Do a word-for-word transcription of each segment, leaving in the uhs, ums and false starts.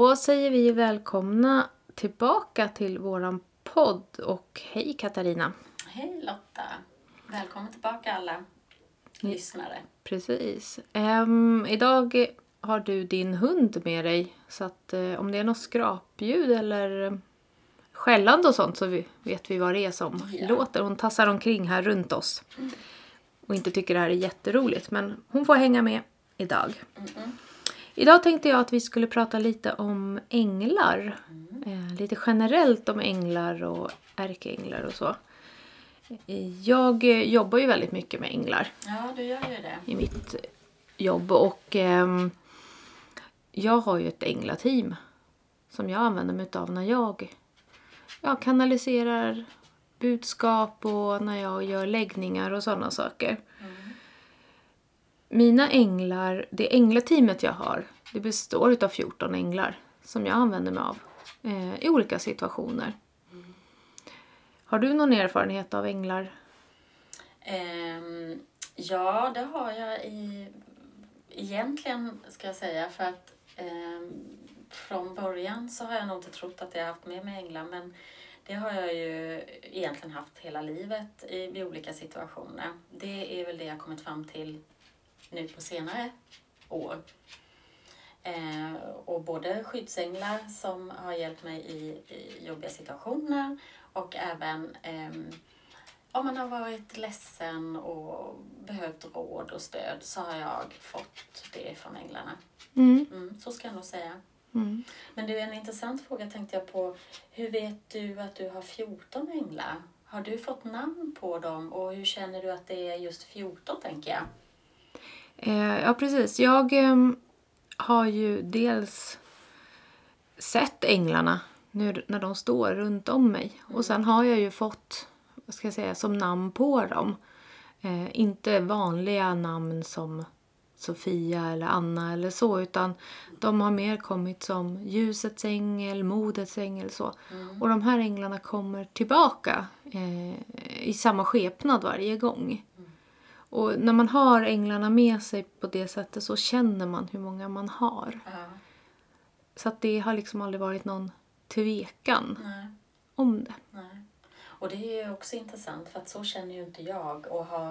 Då säger vi välkomna tillbaka till våran podd. Och hej Katarina. Hej Lotta. Välkommen tillbaka alla lyssnare. Precis. Um, idag har du din hund med dig. Så att uh, om det är något skrapljud eller skällande och sånt så vi, vet vi vad det är som Ja. låter. Hon tassar omkring här runt oss. Mm. Och inte tycker det här är jätteroligt. Men hon får hänga med idag. Mm-mm. Idag tänkte jag att vi skulle prata lite om änglar. Mm. Eh, lite generellt om änglar och ärkeänglar och så. Jag jobbar ju väldigt mycket med änglar. Ja, du gör ju det. I mitt jobb. Och eh, jag har ju ett änglateam som jag använder mig av när jag, jag kanaliserar budskap och när jag gör läggningar och sådana saker. Mm. Mina änglar, det änglateamet jag har, det består av fjorton änglar som jag använder mig av eh, i olika situationer. Mm. Har du någon erfarenhet av änglar? Um, ja, det har jag i, egentligen ska jag säga, för att um, från början så har jag nog inte trott att jag har haft med mig änglar, men det har jag ju egentligen haft hela livet i, i olika situationer. Det är väl det jag kommit fram till nu på senare år. Eh, och både skyddsänglar som har hjälpt mig i, i jobbiga situationer och även eh, om man har varit ledsen och behövt råd och stöd så har jag fått det från änglarna. Mm. Mm, så ska jag nog säga. Mm. Men det är en intressant fråga tänkte jag på. Hur vet du att du har fjorton änglar? Har du fått namn på dem och hur känner du att det är just fjorton tänker jag? Eh, ja, precis. Jag eh, har ju dels sett änglarna nu när de står runt om mig. Mm. Och sen har jag ju fått, vad ska jag säga, som namn på dem. Eh, inte vanliga namn som Sofia eller Anna eller så. Utan de har mer kommit som ljusets ängel, modets ängel så. Mm. Och de här änglarna kommer tillbaka eh, i samma skepnad varje gång. Och när man har änglarna med sig på det sättet så känner man hur många man har. Ja. Så att det har liksom aldrig varit någon tvekan Nej. om det. Nej. Och det är också intressant för att så känner ju inte jag och har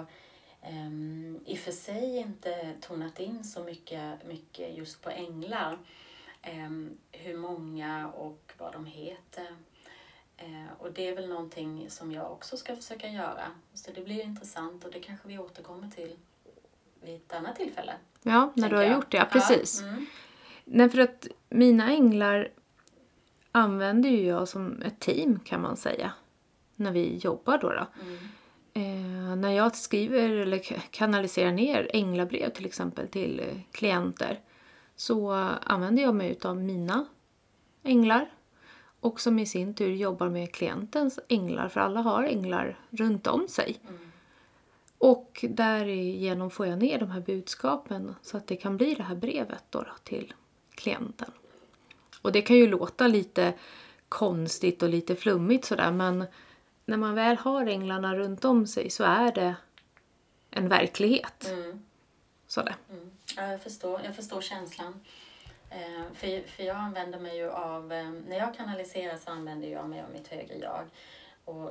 um, i och för sig inte tonat in så mycket, mycket just på änglar. Um, hur många och vad de heter. Eh, och det är väl någonting som jag också ska försöka göra. Så det blir intressant och det kanske vi återkommer till vid ett annat tillfälle. Ja, när du har jag. gjort det. Ja, precis. Ja, mm. Nej, för att mina änglar använder ju jag som ett team kan man säga. När vi jobbar då. då. Mm. Eh, när jag skriver eller kanaliserar ner änglabrev till exempel till eh, klienter. Så använder jag mig av mina änglar. Och som i sin tur jobbar med klientens änglar. För alla har änglar runt om sig. Mm. Och därigenom får jag ner de här budskapen. Så att det kan bli det här brevet då, då till klienten. Och det kan ju låta lite konstigt och lite flummigt sådär. Men när man väl har änglarna runt om sig så är det en verklighet. Mm. Sådär. Mm. Ja, jag förstår, jag förstår känslan. Eh, för, för jag använder mig ju av, eh, när jag kanaliserar så använder jag mig av mitt högre jag. Och,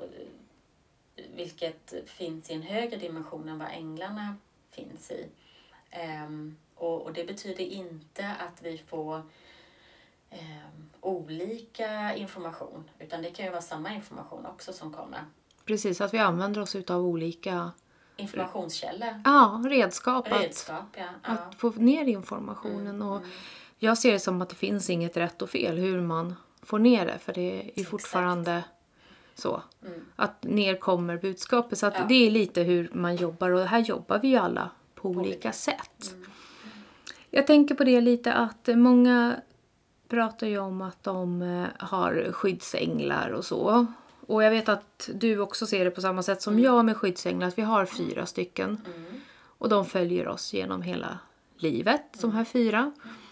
vilket finns i en högre dimension än vad änglarna finns i. Eh, och, och det betyder inte att vi får eh, olika information. Utan det kan ju vara samma information också som kommer. Precis, att vi använder oss av olika informationskällor. Ja, redskap. redskap att, ja. att ja. få ner informationen. Mm, och mm. Jag ser det som att det finns inget rätt och fel hur man får ner det. För det är Exakt. fortfarande så. Mm. Att ner kommer budskapet. Så att ja. det är lite hur man jobbar. Och här jobbar vi ju alla på, på olika, olika sätt. Mm. Mm. Jag tänker på det lite att många pratar ju om att de har skyddsänglar och så. Och jag vet att du också ser det på samma sätt som mm. jag med skyddsänglar. Att vi har fyra stycken. Mm. Och de följer oss genom hela livet. Mm. De här fyra.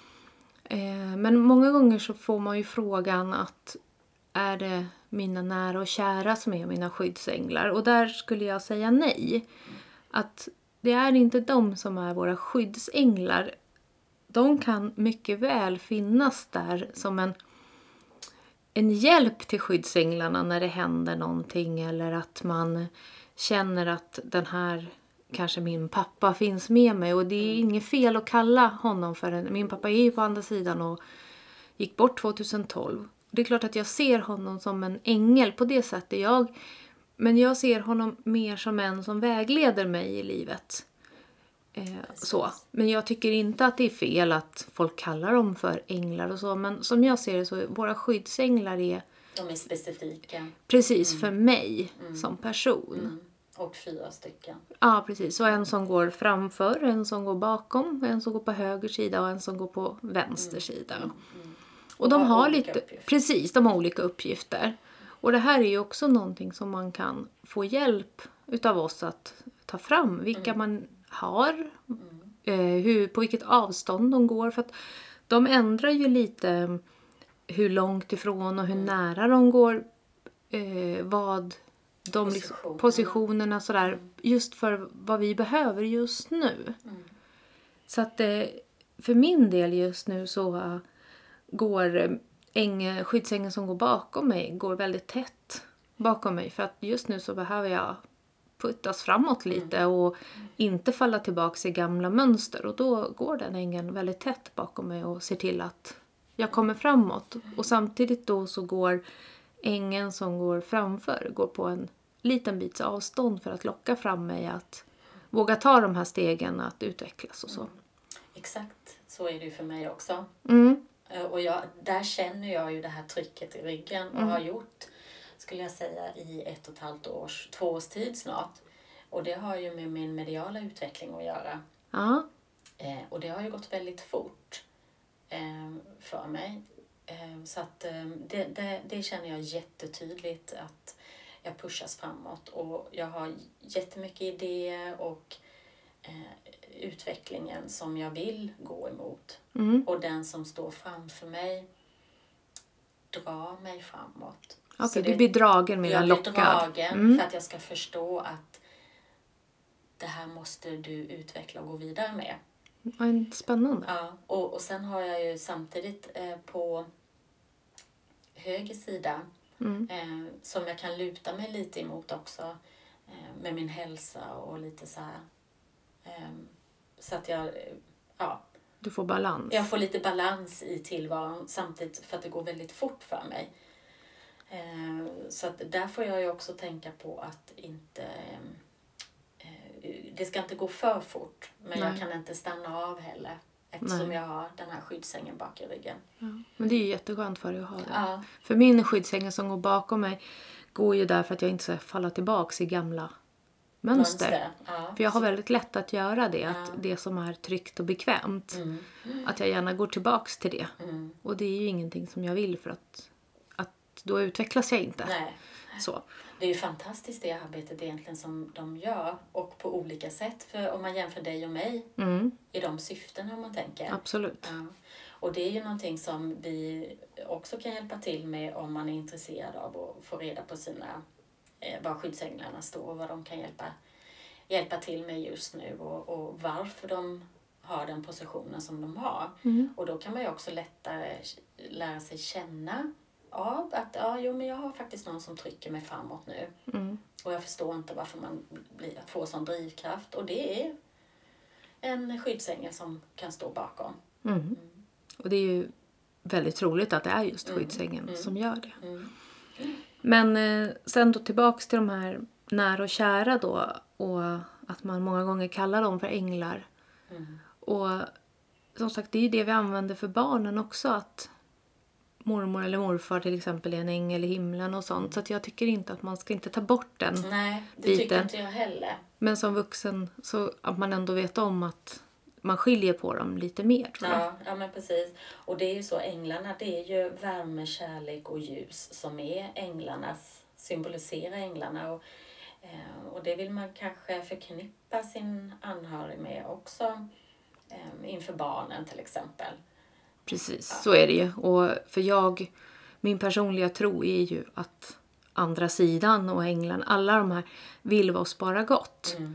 Eh, men många gånger så får man ju frågan att är det mina nära och kära som är mina skyddsänglar? Och där skulle jag säga nej. Mm. Att det är inte de som är våra skyddsänglar de kan mycket väl finnas där som en, en hjälp till skyddsänglarna när det händer någonting. Eller att man känner att den här, kanske min pappa finns med mig. Och det är inget fel att kalla honom för en. Min pappa är ju på andra sidan och gick bort tjugohundratolv. Det är klart att jag ser honom som en ängel på det sättet. Jag, men jag ser honom mer som en som vägleder mig i livet. Eh, så. Men jag tycker inte att det är fel att folk kallar dem för änglar och så. Men som jag ser det så våra skyddsänglar är... De är specifika. Precis, mm. för mig mm. som person. Mm. Och fyra stycken. Ja, precis. Och en som går framför, en som går bakom, en som går på höger sida och en som går på vänster mm. sida. Mm. Mm. Och, och de har, har lite... Uppgifter. Precis, de har olika uppgifter. Och det här är ju också någonting som man kan få hjälp utav oss att ta fram. Vilka mm. man har, mm. eh, hur, på vilket avstånd de går. För att de ändrar ju lite hur långt ifrån och hur mm. nära de går. Eh, vad de Position. liksom, positionerna sådär. Mm. Just för vad vi behöver just nu. Mm. Så att eh, för min del just nu så uh, går äng, skyddsängen som går bakom mig går väldigt tätt bakom mig. För att just nu så behöver jag puttas framåt lite mm. och inte falla tillbaka i gamla mönster. Och då går den ängen väldigt tätt bakom mig och ser till att jag kommer framåt. Mm. Och samtidigt då så går ängen som går framför går på en liten bits avstånd för att locka fram mig att våga ta de här stegen att utvecklas och så. Mm. Exakt, så är det ju för mig också. Mm. Och jag, där känner jag ju det här trycket i ryggen och mm. har gjort, skulle jag säga, i ett och ett halvt års, två års tid snart. Och det har ju med min mediala utveckling att göra. Ja. Eh, och det har ju gått väldigt fort eh, för mig. Eh, så att eh, det, det, det känner jag jättetydligt att jag pushas framåt. Och jag har jättemycket idéer och eh, utvecklingen som jag vill gå emot. Mm. Och den som står framför mig drar mig framåt. Okej, okay, du blir dragen med en lockad. Jag blir dragen mm. för att jag ska förstå att det här måste du utveckla och gå vidare med. Vad spännande. Ja, och, och sen har jag ju samtidigt eh, på höger sida mm. eh, som jag kan luta mig lite emot också eh, med min hälsa och lite så här eh, så att jag eh, ja, du får balans. Jag får lite balans i tillvaron samtidigt för att det går väldigt fort för mig. Eh, så att där får jag ju också tänka på att inte eh, det ska inte gå för fort. Men Nej. jag kan inte stanna av heller. Eftersom Nej. jag har den här skyddsängen bak i ryggen. Ja, men det är ju jätteskönt för dig att ha det. Ja. För min skyddsäng som går bakom mig går ju där för att jag inte ska falla tillbaka i gamla mönster. mönster. Ja. För jag har väldigt lätt att göra det. Ja. Att det som är tryggt och bekvämt. Mm. Mm. Att jag gärna går tillbaks till det. Mm. Och det är ju ingenting som jag vill för att, att då utvecklas jag inte. Nej. Så. Det är ju fantastiskt det arbetet egentligen som de gör. Och på olika sätt. För om man jämför dig och mig. Mm. I de syften om man tänker. Absolut. Ja. Och det är ju någonting som vi också kan hjälpa till med. Om man är intresserad av att få reda på sina. Eh, var skyddsänglarna står. Och vad de kan hjälpa, hjälpa till med just nu. Och, och varför de har den positionen som de har. Mm. Och då kan man ju också lättare lära sig känna. av att ja, jo, men jag har faktiskt någon som trycker mig framåt nu. Mm. Och jag förstår inte varför man blir, får sån drivkraft. Och det är en skyddsängel som kan stå bakom. Mm. Mm. Och det är ju väldigt troligt att det är just skyddsängeln mm. som gör det. Mm. Mm. Men eh, sen då tillbaks till de här nära och kära då. Och att man många gånger kallar dem för änglar. Mm. Och som sagt, det är ju det vi använder för barnen också. Att mormor eller morfar till exempel är en ängel i himlen och sånt. Så att jag tycker inte att man ska inte ta bort den Nej, det biten. tycker inte jag heller. Men som vuxen så att man ändå vet om att man skiljer på dem lite mer, tror jag. Ja, ja, men precis. Och det är ju så, änglarna, det är ju värme, kärlek och ljus som är änglarnas, symboliserar änglarna. Och, eh, och det vill man kanske förknippa sin anhörig med också eh, inför barnen till exempel. Precis, ja. Så är det ju. Och för jag, min personliga tro är ju att andra sidan och änglarna, alla de här vill oss bara gott. Mm.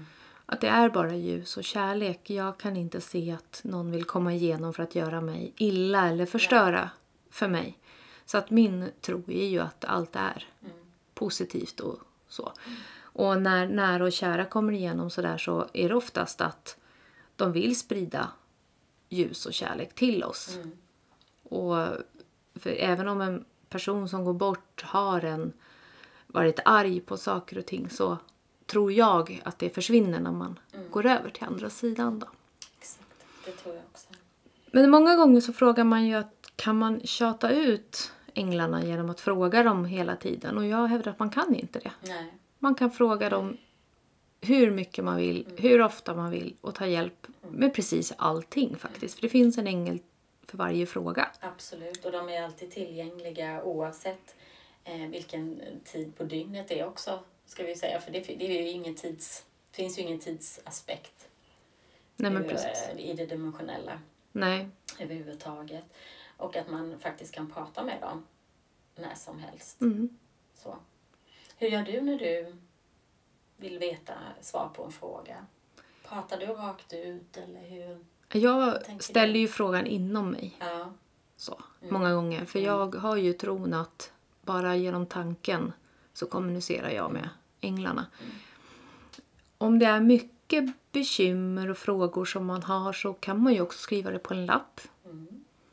Att det är bara ljus och kärlek. Jag kan inte se att någon vill komma igenom för att göra mig illa eller förstöra Nej. för mig. Så att min tro är ju att allt är mm. positivt och så. Mm. Och när nära och kära kommer igenom så där så är det oftast att de vill sprida ljus och kärlek till oss. Mm. Och för även om en person som går bort har en varit arg på saker och ting så tror jag att det försvinner när man mm. går över till andra sidan då. Exakt, det tror jag också. Men många gånger så frågar man ju att kan man tjata ut änglarna genom att fråga dem hela tiden? Och jag hävdar att man kan inte det. Nej. Man kan fråga dem hur mycket man vill, mm. hur ofta man vill och ta hjälp med precis allting faktiskt. För det finns en ängel för varje fråga. Absolut, och de är alltid tillgängliga oavsett eh, vilken tid på dygnet det är också, ska vi säga. För det, det är ju ingen tids, finns ju ingen tidsaspekt. Nej, men i, precis. i det dimensionella. Nej. Överhuvudtaget. Och att man faktiskt kan prata med dem när som helst. Mm. Så. Hur gör du när du vill veta svar på en fråga? Pratar du rakt ut eller hur? Jag ställer du? ju frågan inom mig. Ja. Så, mm. många gånger. För mm. jag har ju tron att bara genom tanken så kommunicerar jag med änglarna. Mm. Om det är mycket bekymmer och frågor som man har så kan man ju också skriva det på en lapp. Mm.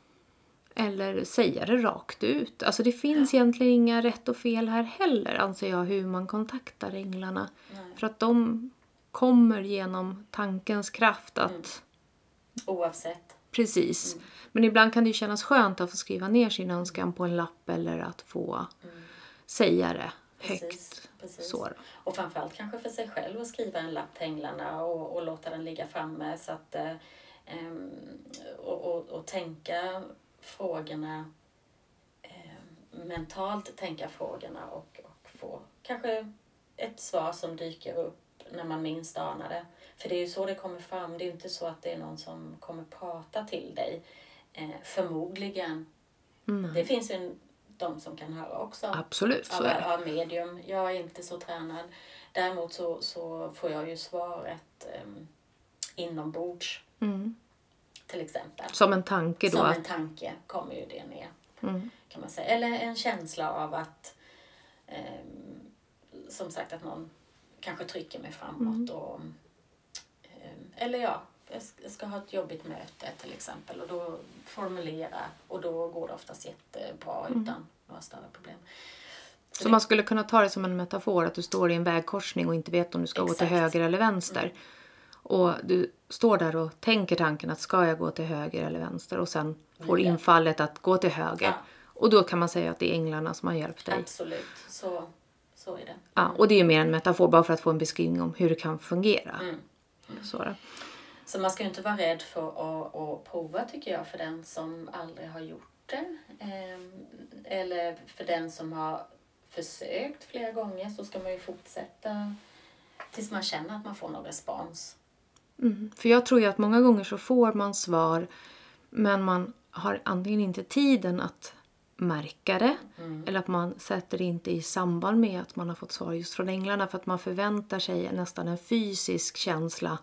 Eller säga det rakt ut. Alltså det finns ja. egentligen inga rätt och fel här heller, anser jag, hur man kontaktar änglarna. Nej. För att de kommer genom tankens kraft att... Mm. Oavsett. Precis. Mm. Men ibland kan det ju kännas skönt att få skriva ner sin önskan på en lapp eller att få mm. säga det högt. Precis. Precis. Så. Och framförallt kanske för sig själv att skriva en lapp till änglarna och, och låta den ligga framme så att, eh, och, och, och tänka frågorna eh, mentalt tänka frågorna och, och få kanske ett svar som dyker upp när man minst anar det. För det är ju så det kommer fram. Det är ju inte så att det är någon som kommer prata till dig. Eh, förmodligen. Mm. Det finns ju en, de som kan höra också. Absolut, så av, är det. Av medium. Jag är inte så tränad. Däremot så, så får jag ju svaret eh, inombords. Mm. Till exempel. Som en tanke då? Som en tanke kommer ju det ner. Mm. Kan man säga. Eller en känsla av att eh, som sagt att någon kanske trycker mig framåt. Mm. Och, eh, eller ja, jag ska ha ett jobbigt möte till exempel. Och då formulera. Och då går det oftast jättebra mm. utan några större problem. Så, Så det... man skulle kunna ta det som en metafor. Att du står i en vägkorsning och inte vet om du ska Exakt. gå till höger eller vänster. Mm. Och du står där och tänker tanken att ska jag gå till höger eller vänster. Och sen får ja. infallet att gå till höger. Ja. Och då kan man säga att det är änglarna som har hjälpt dig. Absolut, så, så är det. Mm. Ja, och det är ju mer en metafor bara för att få en beskrivning om hur det kan fungera. Mm. Mm. Så, då. Så man ska ju inte vara rädd för att, att prova tycker jag för den som aldrig har gjort det. Eller för den som har försökt flera gånger så ska man ju fortsätta tills man känner att man får någon respons. Mm. För jag tror ju att många gånger så får man svar men man har antingen inte tiden att märka det mm. eller att man sätter det inte i samband med att man har fått svar just från änglarna för att man förväntar sig nästan en fysisk känsla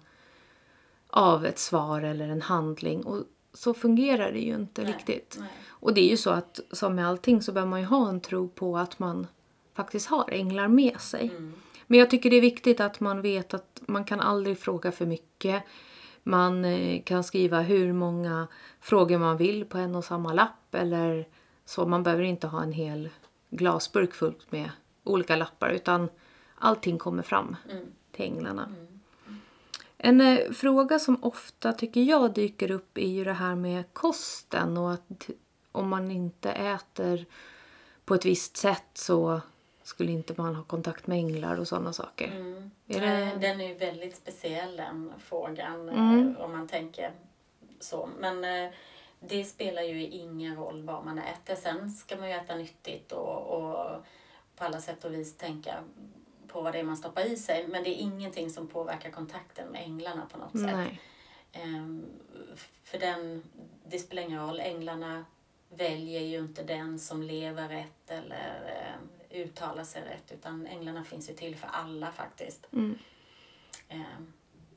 av ett svar eller en handling och så fungerar det ju inte nej, riktigt. Nej. Och det är ju så att som med allting så behöver man ju ha en tro på att man faktiskt har änglar med sig. Mm. Men jag tycker det är viktigt att man vet att man kan aldrig fråga för mycket. Man kan skriva hur många frågor man vill på en och samma lapp. Eller så. Man behöver inte ha en hel glasburk fullt med olika lappar. Utan allting kommer fram mm. till änglarna. Mm. Mm. En eh, fråga som ofta tycker jag dyker upp är ju det här med kosten. Och att om man inte äter på ett visst sätt så... skulle inte man ha kontakt med änglar och sådana saker. Mm. Är det... Den är ju väldigt speciell den frågan mm. om man tänker så. Men eh, det spelar ju ingen roll vad man äter. Sen ska man ju äta nyttigt och, och på alla sätt och vis tänka på vad det är man stoppar i sig. Men det är ingenting som påverkar kontakten med änglarna på något Nej. sätt. Um, för den, det spelar ingen roll. Änglarna väljer ju inte den som lever rätt eller uh, uttalar sig rätt. Utan änglarna finns ju till för alla faktiskt. Mm. Um,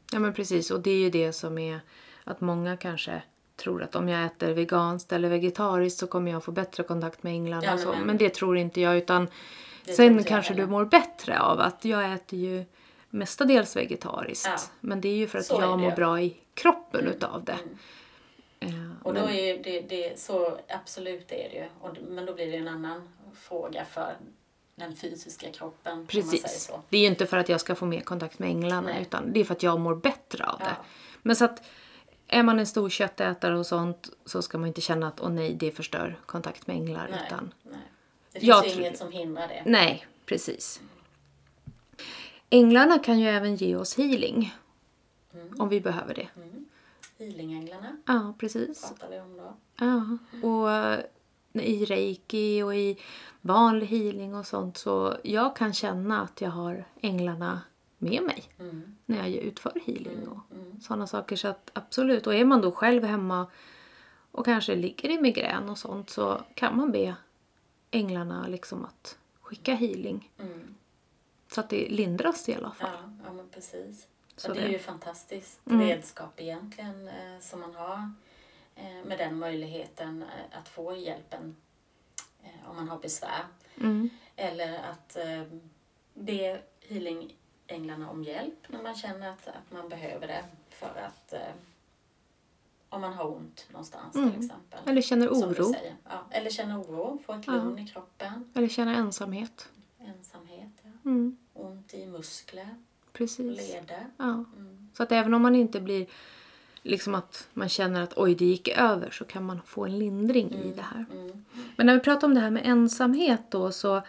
Ja, men precis. Och det är ju det som är att många kanske tror att om jag äter veganskt eller vegetariskt så kommer jag få bättre kontakt med änglarna. Ja, och så. men- Men det tror inte jag. Utan Det tror sen inte jag kanske du heller. mår bättre av att jag äter ju mestadels vegetariskt. Ja. Men det är ju för att Så är jag det mår ju. bra i kroppen utav det. Mm. Eh, Och då men, är ju det, det så absolut är det ju. Och, det- men då blir det ju en annan fråga för den fysiska kroppen. Om man säger precis. så. Det är ju inte för att jag ska få mer kontakt med änglarna. Nej. Utan det är för att jag mår bättre av det. Ja. Men så att är man en stor köttätare och sånt så ska man inte känna att åh nej, det förstör kontakt med änglar. Nej. Utan, Nej. Det finns Jag ju tror- inget som hindrar det. nej, precis. Änglarna kan ju även ge oss healing. Mm. Om vi behöver det. Mm. Healingänglarna Ja, precis. pratar vi om då. Ja, och eh, i reiki och i vanlig healing och sånt så jag kan känna att jag har änglarna med mig Mm. när jag utför healing och Mm. sådana saker. Så att absolut, och är man då själv hemma och kanske ligger i migrän och sånt så kan man be änglarna liksom att skicka healing. Mm. Så att det lindras i alla fall. Ja, ja, men precis. Så Och det det- är ju fantastiskt Mm. redskap egentligen eh, som man har eh, med den möjligheten eh, att få hjälpen eh, om man har besvär. Mm. Eller att eh, be healingänglarna om hjälp när man känner att, att man behöver det för att eh, om man har ont någonstans Mm. till exempel. Eller känner Som du oro. säger. Ja, eller känner oro, få ett Ja. lugn i kroppen, Eller känner ensamhet. ensamhet, ja. Mm. Ont i muskler, Precis. leder. Ja. Mm. Så att även om man inte blir liksom att man känner att oj det gick över så kan man få en lindring i det här. Mm. Men när vi pratar om det här med ensamhet då så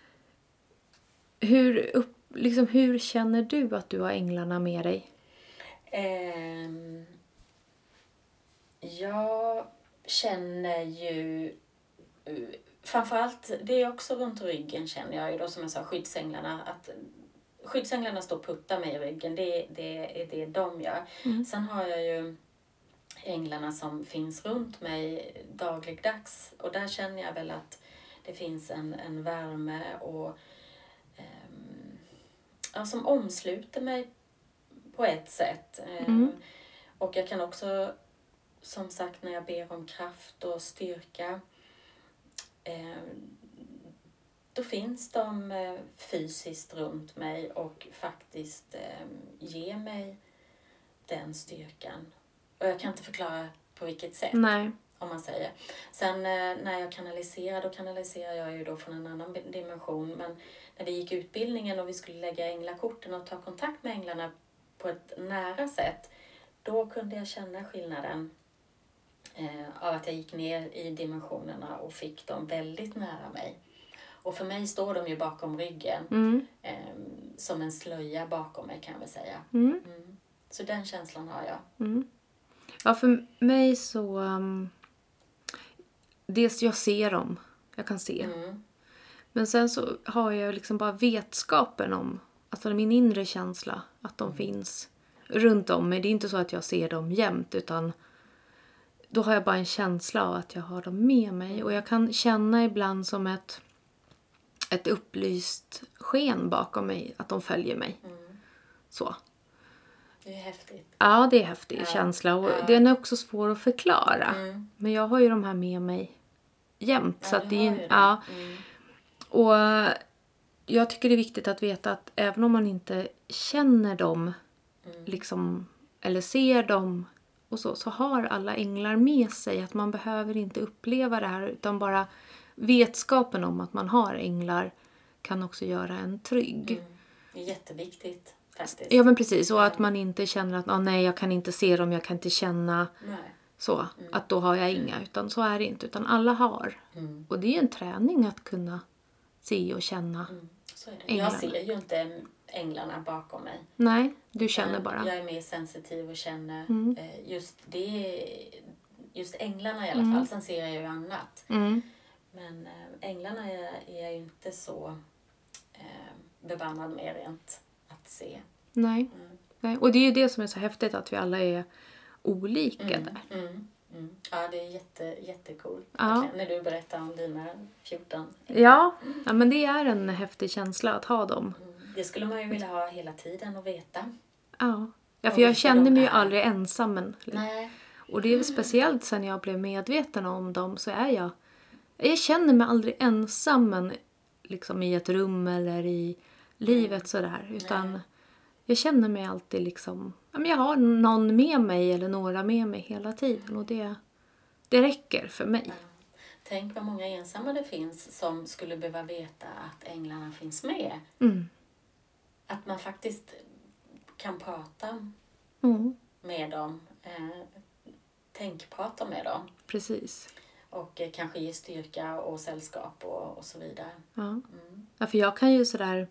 hur, upp, liksom, hur känner du att du har änglarna med dig? Ehm, jag känner ju eh, framförallt, det är också runt ryggen känner jag ju då som jag sa, skyddsänglarna. Att skyddsänglarna står och puttar mig i ryggen, det, det är det de gör. Mm. Sen har jag ju änglarna som finns runt mig dagligdags och där känner jag väl att det finns en, en värme och ehm, ja, som omsluter mig på ett sätt. Ehm, Mm. Och jag kan också, som sagt, när jag ber om kraft och styrka, ehm, då finns de eh, fysiskt runt mig och faktiskt eh, ger mig den styrkan. Och jag kan inte förklara på vilket sätt, Nej. om man säger. Sen eh, när jag kanaliserar, då kanaliserar jag ju då från en annan dimension. Men när vi gick utbildningen och vi skulle lägga änglakorten och ta kontakt med änglarna på ett nära sätt, då kunde jag känna skillnaden eh, av att jag gick ner i dimensionerna och fick dem väldigt nära mig. Och för mig står de ju bakom ryggen, Mm. eh, som en slöja bakom mig kan jag väl säga. Mm. Mm. Så den känslan har jag. Mm. Ja, för mig så... Um, dels jag ser dem. Jag kan se. Mm. Men sen så har jag liksom bara vetskapen om, alltså min inre känsla, att de finns runt om mig. Det är inte så att jag ser dem jämt, utan då har jag bara en känsla av att jag har dem med mig. Och jag kan känna ibland som ett, ett upplyst sken bakom mig, att de följer mig. Mm. Så. Det är häftigt. Ja, det är en häftig Ja. känsla och Ja. den är också svår att förklara. Mm. Men jag har ju de här med mig jämt. Ja, så du att det har är, ju det. ja, Mm. och jag tycker det är viktigt att veta att även om man inte känner dem Mm. liksom, eller ser dem och så, så har alla änglar med sig. Att man behöver inte uppleva det här, utan bara vetskapen om att man har änglar kan också göra en trygg. Mm. Det är jätteviktigt faktiskt. Ja, men precis. Och att man inte känner att ah, nej, jag kan inte se dem, jag kan inte känna Nej. så. Att då har jag inga. Utan så är det inte. Utan alla har. Mm. Och det är ju en träning att kunna se och känna. Mm. Så är det. Änglarna. Jag ser ju inte änglarna bakom mig. Nej, du känner Men bara. Jag är mer sensitiv och känner Mm. eh, just det, just änglarna i alla Mm. fall. Sen ser jag ju annat. Mm. Men äh, änglarna är, är jag ju inte så äh, bevandad med rent att se. Nej. Mm. Nej. Och det är ju det som är så häftigt, att vi alla är olika Mm. där. Mm. Mm. Ja, det är jätte, jättecoolt. Ja. verkligen, när du berättar om dina fjorton. Ja. ja, men det är en häftig känsla att ha dem. Mm. Det skulle man ju vilja ha hela tiden och veta. Ja. Ja, för jag känner mig ju aldrig ensam. Men, Nej. Och det är väl speciellt sen jag blev medveten om dem så är jag... Jag känner mig aldrig ensam men, liksom i ett rum eller i livet mm. sådär. Utan Nej. jag känner mig alltid liksom... Jag har någon med mig eller några med mig hela tiden. Och det, det räcker för mig. Ja. Tänk vad många ensamma det finns som skulle behöva veta att änglarna finns med. Mm. Att man faktiskt kan prata mm. med dem. Eh, tänkprata med dem. Precis. Och eh, kanske ge styrka och sällskap och, och så vidare. Ja. Mm. ja, för jag kan ju sådär...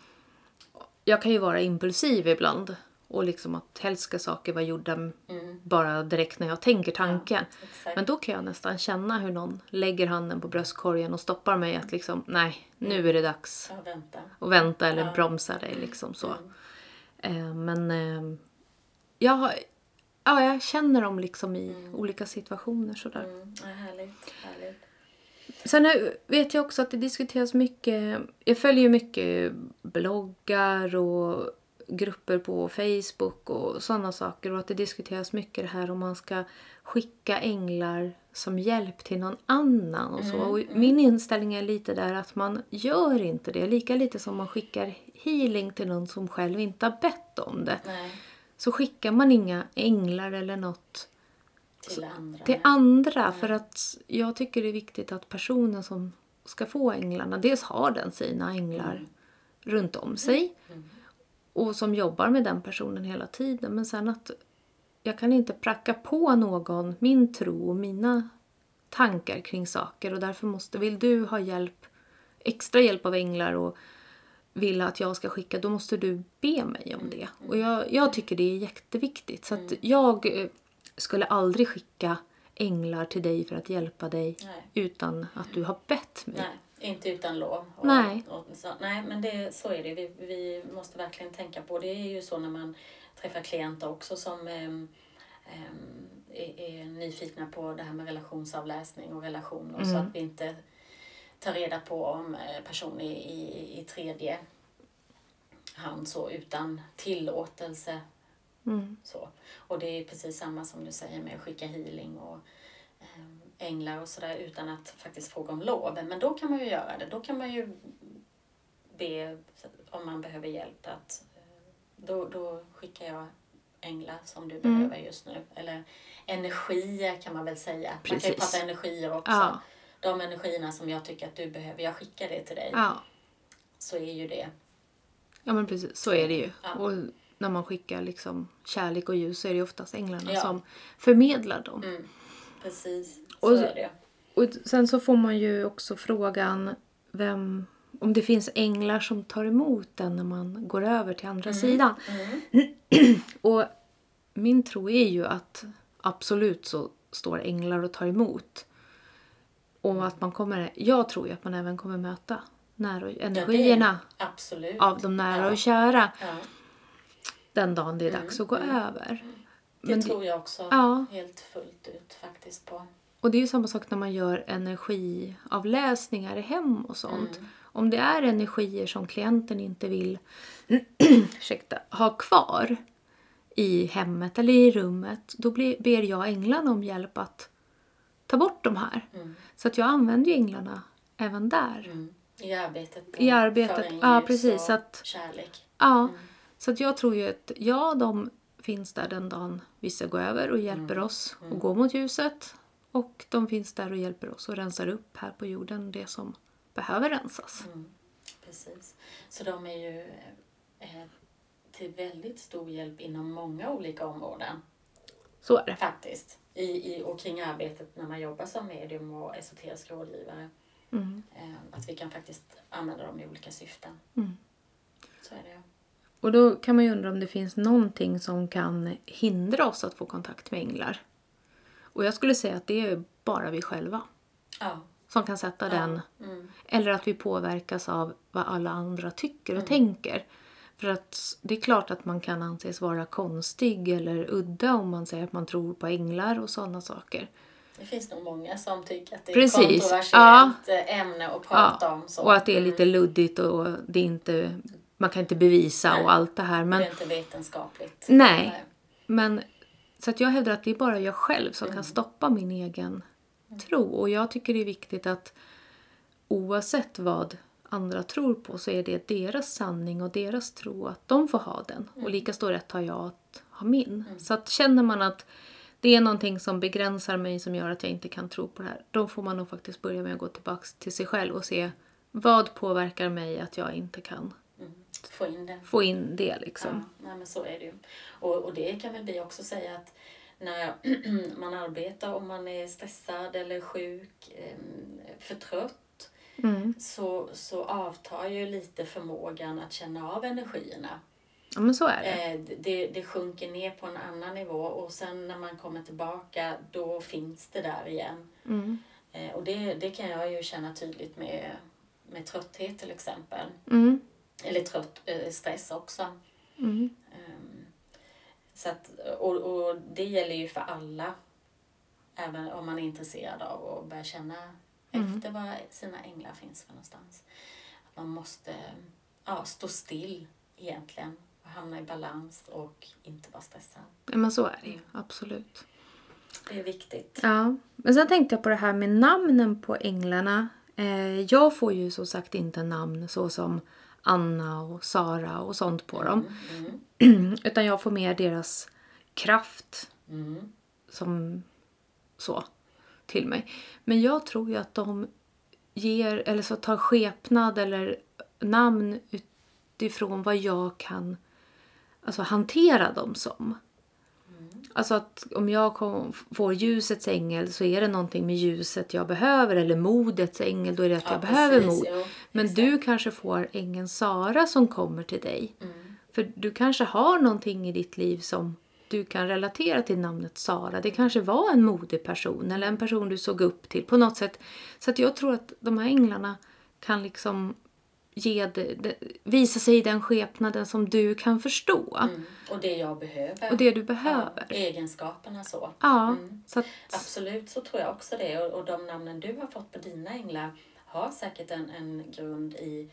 Jag kan ju vara impulsiv ibland. Och liksom att helst ska saker vara gjorda mm. bara direkt när jag tänker tanken. Ja, men då kan jag nästan känna hur någon lägger handen på bröstkorgen och stoppar mig att liksom, nej, nu är det dags. Ja, vänta. Och vänta eller ja. bromsa dig liksom så. Mm. Eh, men eh, jag, ja, jag känner dem liksom i mm. olika situationer sådär. Mm. Ja, härligt, härligt. Sen vet jag också att det diskuteras mycket, jag följer ju mycket bloggar och grupper på Facebook och sådana saker. Och att det diskuteras mycket det här om man ska skicka änglar som hjälp till någon annan och så. Mm, och mm. min inställning är lite där att man gör inte det. Lika lite som man skickar healing till någon som själv inte har bett om det. Nej. Så skickar man inga änglar eller något till andra. Till andra för att jag tycker det är viktigt att personen som ska få änglarna dels har den sina änglar mm. runt om sig. Mm. Och som jobbar med den personen hela tiden. Men sen att jag kan inte pracka på någon min tro och mina tankar kring saker. Och därför måste, vill du ha hjälp, extra hjälp av änglar och vill att jag ska skicka, då måste du be mig om det. Och jag, jag tycker det är jätteviktigt. Så att jag skulle aldrig skicka änglar till dig för att hjälpa dig Nej. utan att du har bett mig. Nej. Inte utan lov. Och, nej. Och, så, nej, men det, så är det. Vi, vi måste verkligen tänka på. Det är ju så när man träffar klienter också som äm, äm, är, är nyfikna på det här med relationsavläsning och relationer. Mm. Så att vi inte tar reda på om person i, i, i tredje hand så utan tillåtelse. Mm. Så. Och det är precis samma som du säger med att skicka healing och äm, änglar och sådär utan att faktiskt fråga om lov. Men då kan man ju göra det. Då kan man ju be om man behöver hjälp. Att, då, då skickar jag änglar som du mm. behöver just nu. Eller energier kan man väl säga. Precis. Man kan ju prata energier också. Ja. De energierna som jag tycker att du behöver, jag skickar det till dig. Ja. Så är ju det. Ja men precis, så är det ju. Ja. Och när man skickar liksom kärlek och ljus så är det oftast änglarna ja. som förmedlar dem. Mm. Precis. Så och, är det. Och sen så får man ju också frågan vem, om det finns änglar som tar emot den när man går över till andra mm. sidan. Mm. Och min tro är ju att absolut så står änglar och tar emot. Och att man kommer, jag tror ju att man även kommer möta nära energierna ja, absolut. av de nära ja. och kära. Ja. Den dagen det är dags mm. att gå mm. över. Det Men tror jag också ja. helt fullt ut faktiskt på. Och det är ju samma sak när man gör energiavläsningar i hem och sånt. Mm. Om det är energier som klienten inte vill ursäkta, ha kvar i hemmet eller i rummet. Då blir, ber jag änglarna om hjälp att ta bort de här. Mm. Så att jag använder ju änglarna även där. Mm. I arbetet. I arbetet, ja precis. Och så att, kärlek. Ja, mm. så att jag tror ju att ja, de finns där den dagen vi ska gå över och hjälper mm. oss mm. att gå mot ljuset. Och de finns där och hjälper oss och rensar upp här på jorden det som behöver rensas. Mm. Precis. Så de är ju eh, till väldigt stor hjälp inom många olika områden. Så är det. Faktiskt. I, i, och kring arbetet när man jobbar som medium och esoterisk rådgivare. Mm. Eh, att vi kan faktiskt använda dem i olika syften. Mm. Så är det. Och då kan man ju undra om det finns någonting som kan hindra oss att få kontakt med änglar. Och jag skulle säga att det är bara vi själva. Ja. Som kan sätta ja. den. Mm. Eller att vi påverkas av vad alla andra tycker och mm. tänker. För att det är klart att man kan anses vara konstig eller udda om man säger att man tror på änglar och sådana saker. Det finns nog många som tycker att det är Precis. kontroversiellt ja. ämne att prata ja. om. Så. Och att det är lite luddigt och det är inte man kan inte bevisa Nej. och allt det här. Men, det är inte vetenskapligt. nej, Nej. men så att jag hävdar att det är bara jag själv som Mm. kan stoppa min egen tro. Och jag tycker det är viktigt att oavsett vad andra tror på så är det deras sanning och deras tro att de får ha den. Mm. Och lika stor rätt har jag att ha min. Mm. Så att känner man att det är någonting som begränsar mig som gör att jag inte kan tro på det här. Då får man nog faktiskt börja med att gå tillbaka till sig själv och se vad påverkar mig att jag inte kan Mm. Få in det. få in det liksom. Ja, nej, men så är det ju. Och, och det kan väl vi också säga att när man arbetar och man är stressad eller sjuk, eh, för trött, Mm. så, så avtar ju lite förmågan att känna av energierna. Ja, men så är det. Eh, det. Det sjunker ner på en annan nivå och sen när man kommer tillbaka då finns det där igen. Mm. Eh, och det, det kan jag ju känna tydligt med, med trötthet till exempel. Mm. Eller trött, eh, stress också. Mm. Um, så att, och, och det gäller ju för alla. Även om man är intresserad av att börja känna Mm. efter vad sina änglar finns för någonstans. Att man måste ja, stå still egentligen. Och hamna i balans och inte vara stressad. Ja, men så är det ju. Absolut. Det är viktigt. Ja, men sen tänkte jag på det här med namnen på änglarna. Eh, jag får ju så sagt inte namn så som Anna och Sara och sånt på dem. Mm, mm, Utan jag får mer deras kraft mm. som så till mig. Men jag tror ju att de ger, eller så tar skepnad eller namn utifrån vad jag kan alltså hantera dem som. Alltså att om jag kom, får ljusets ängel så är det någonting med ljuset jag behöver. Eller modets ängel, då är det att Ja, jag behöver precis, mod. jo, Men exakt. du kanske får ängeln Sara som kommer till dig. Mm. För du kanske har någonting i ditt liv som du kan relatera till namnet Sara. Det kanske var en modig person eller en person du såg upp till på något sätt. Så att jag tror att de här änglarna kan liksom ge det, det, visa sig i den skepnaden som du kan förstå. Mm. Och det jag behöver. Och det du behöver. Ja, egenskaperna så. Ja, Mm. så att, Absolut, så tror jag också det. Och, och de namnen du har fått på dina änglar har säkert en, en grund i,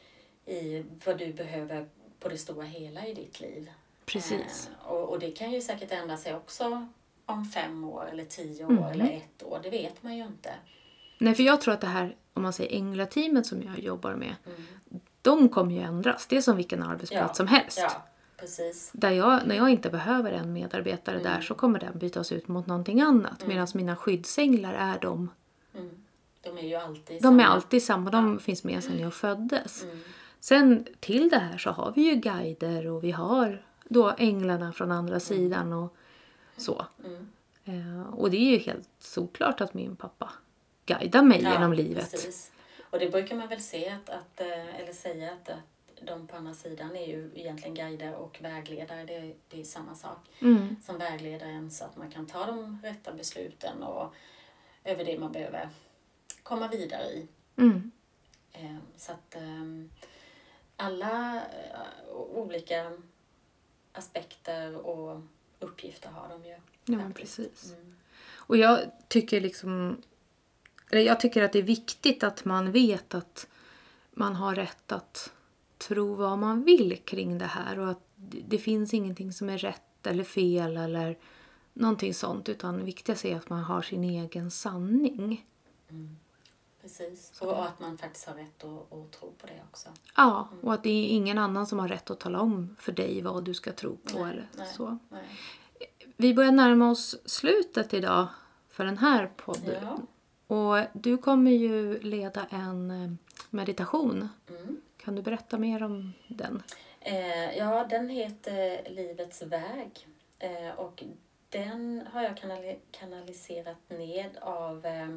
i vad du behöver på det stora hela i ditt liv. precis. Eh, och, och det kan ju säkert ändra sig också om fem år eller tio år Mm. eller ett år. Det vet man ju inte. Nej, för jag tror att det här, om man säger änglateamet som jag jobbar med, Mm. de kommer ju ändras. Det är som vilken arbetsplats Ja, som helst. Ja, precis. Där jag, när jag inte behöver en medarbetare Mm. där så kommer den bytas ut mot någonting annat. Mm. Medan mina skyddsänglar är de. Mm. De är ju alltid De är samma. alltid samma. De finns med sedan jag föddes. Mm. Sen till det här så har vi ju guider och vi har då änglarna från andra sidan och så. Mm. Eh, och det är ju helt såklart att min pappa guidar mig Ja, genom livet. Precis. Och det brukar man väl se att, att eh, eller säga att, att de på andra sidan är ju egentligen guider och vägledare. Det är, det är samma sak Mm. som vägledaren så att man kan ta de rätta besluten och över det man behöver komma vidare i. Mm. Eh, Så att eh, alla eh, olika aspekter och uppgifter har de ju. Ja, men faktiskt. precis. Mm. Och jag tycker liksom, eller jag tycker att det är viktigt att man vet att man har rätt att tro vad man vill kring det här. Och att det det finns ingenting som är rätt eller fel eller någonting sånt. Utan det viktigaste är att man har sin egen sanning. Mm. Precis. Och, och att man faktiskt har rätt att, att tro på det också. Ja, och att det är ingen annan som har rätt att tala om för dig vad du ska tro på Nej, eller nej, så. nej. Vi börjar närma oss slutet idag för den här podden. Ja. Och du kommer ju leda en eh, meditation. Mm. Kan du berätta mer om den? Eh, ja, den heter Livets väg. Eh, och den har jag kanali- kanaliserat ned av eh,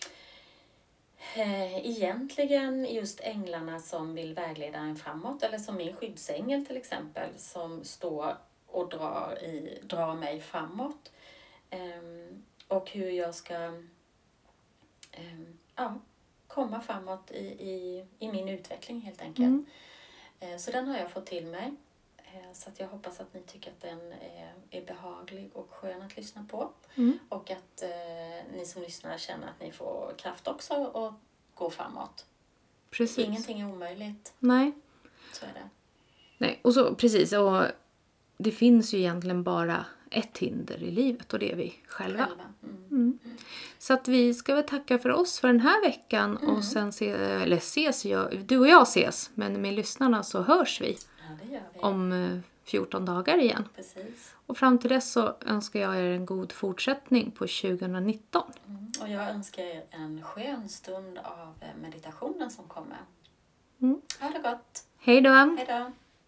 eh, egentligen just änglarna som vill vägleda en framåt. Eller som min skyddsängel till exempel som står och drar, i, drar mig framåt. Eh, och hur jag ska eh, ja, komma framåt i, i, i min utveckling helt enkelt. Mm. Eh, Så den har jag fått till mig. Eh, Så att jag hoppas att ni tycker att den är, är behaglig och skön att lyssna på. Mm. Och att eh, ni som lyssnar känner att ni får kraft också och gå framåt. Precis. Ingenting är omöjligt, Nej. så är det. Nej, och så precis. Och det finns ju egentligen bara ett hinder i livet och det är vi själva. Själva. Mm. Mm. Så att vi ska väl tacka för oss för den här veckan Mm. och sen se, eller ses, jag, du och jag ses, men med lyssnarna så hörs vi, Ja, det gör vi. om fjorton dagar igen. Precis. Och fram till dess så önskar jag er en god fortsättning på tjugonitton. Mm. Och jag önskar er en skön stund av meditationen som kommer. Mm. Ha det gott. Hej då! Hej då.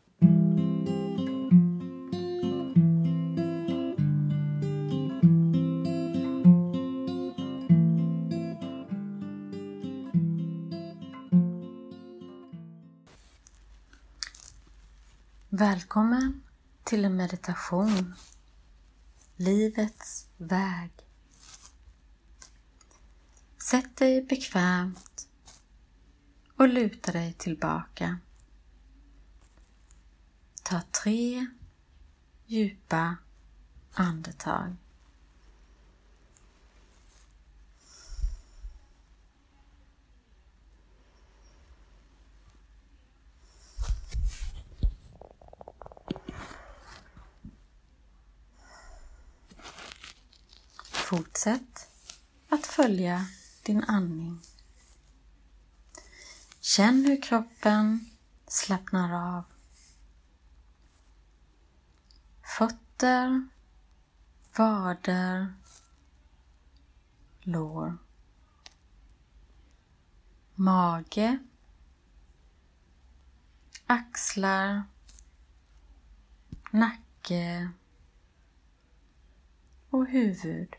Välkommen till en meditation. Livets väg. Sätt dig bekvämt och luta dig tillbaka. Ta tre djupa andetag. Fortsätt att följa din andning. Känn hur kroppen slappnar av. Fötter, vader, lår. Mage, axlar, nacke och huvud.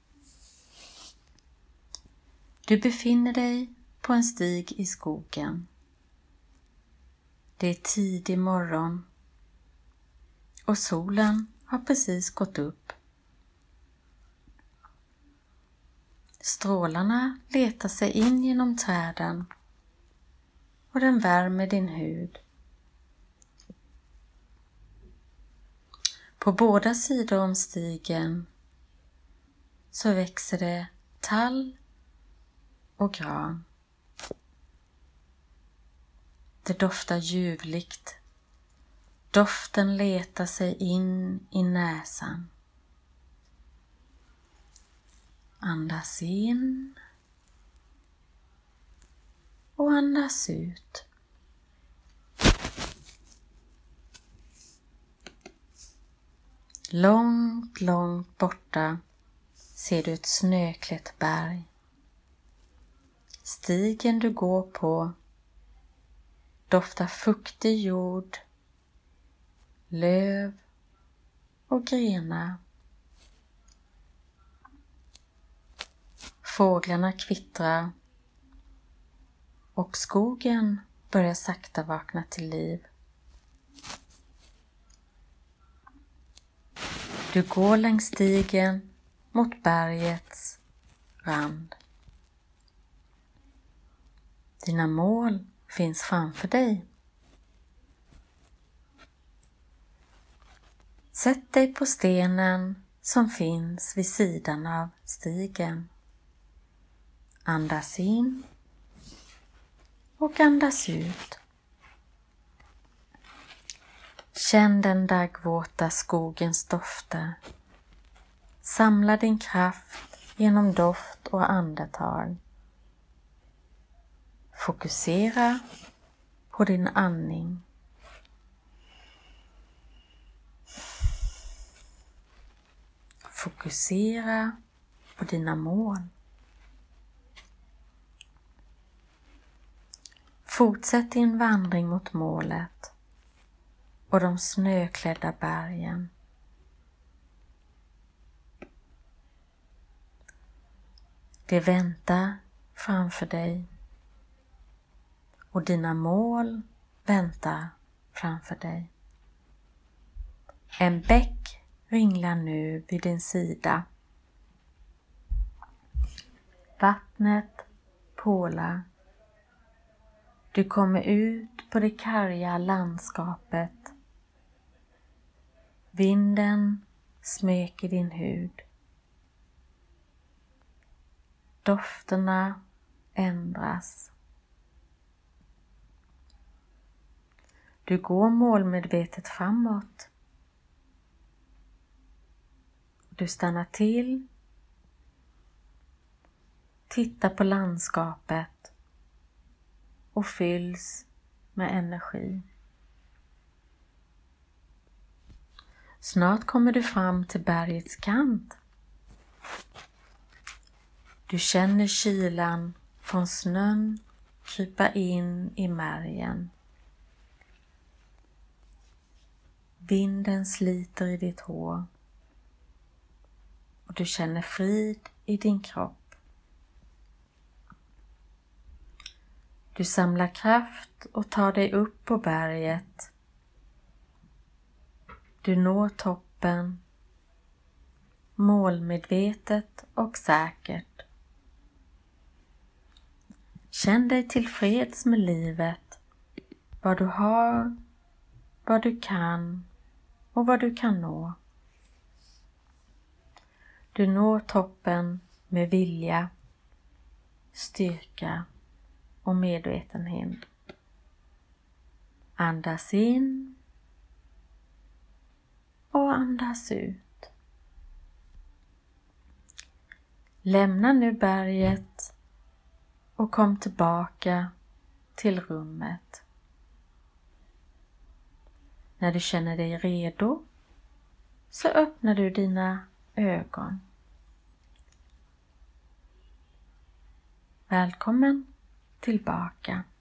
Du befinner dig på en stig i skogen. Det är tidig morgon och solen har precis gått upp. Strålarna letar sig in genom träden och den värmer din hud. På båda sidor om stigen så växer det tall och gran. Det doftar ljuvligt. Doften letar sig in i näsan. Andas in och andas ut. Långt, långt borta ser du ett snöklätt berg. Stigen du går på doftar fuktig jord, löv och grenar. Fåglarna kvittrar och skogen börjar sakta vakna till liv. Du går längs stigen mot bergets rand. Dina mål finns framför dig. Sätt dig på stenen som finns vid sidan av stigen. Andas in och andas ut. Känn den daggvåta skogens dofter. Samla din kraft genom doft och andetag. Fokusera på din andning. Fokusera på dina mål. Fortsätt din vandring mot målet och de snöklädda bergen. Det väntar framför dig och dina mål väntar framför dig. En bäck ringlar nu vid din sida. Vattnet pålar. Du kommer ut på det karga landskapet. Vinden smeker din hud. Dofterna ändras. Du går målmedvetet framåt. Du stannar till. Tittar på landskapet och fylls med energi. Snart kommer du fram till bergets kant. Du känner kylan från snön krypa in i märgen. Vinden sliter i ditt hår och du känner frid i din kropp. Du samlar kraft och tar dig upp på berget. Du når toppen, målmedvetet och säkert. Känn dig tillfreds med livet, vad du har, vad du kan och vad du kan nå. Du når toppen med vilja, styrka och medvetenhet. Andas in och andas ut. Lämna nu berget och kom tillbaka till rummet. När du känner dig redo så öppnar du dina ögon. Välkommen tillbaka.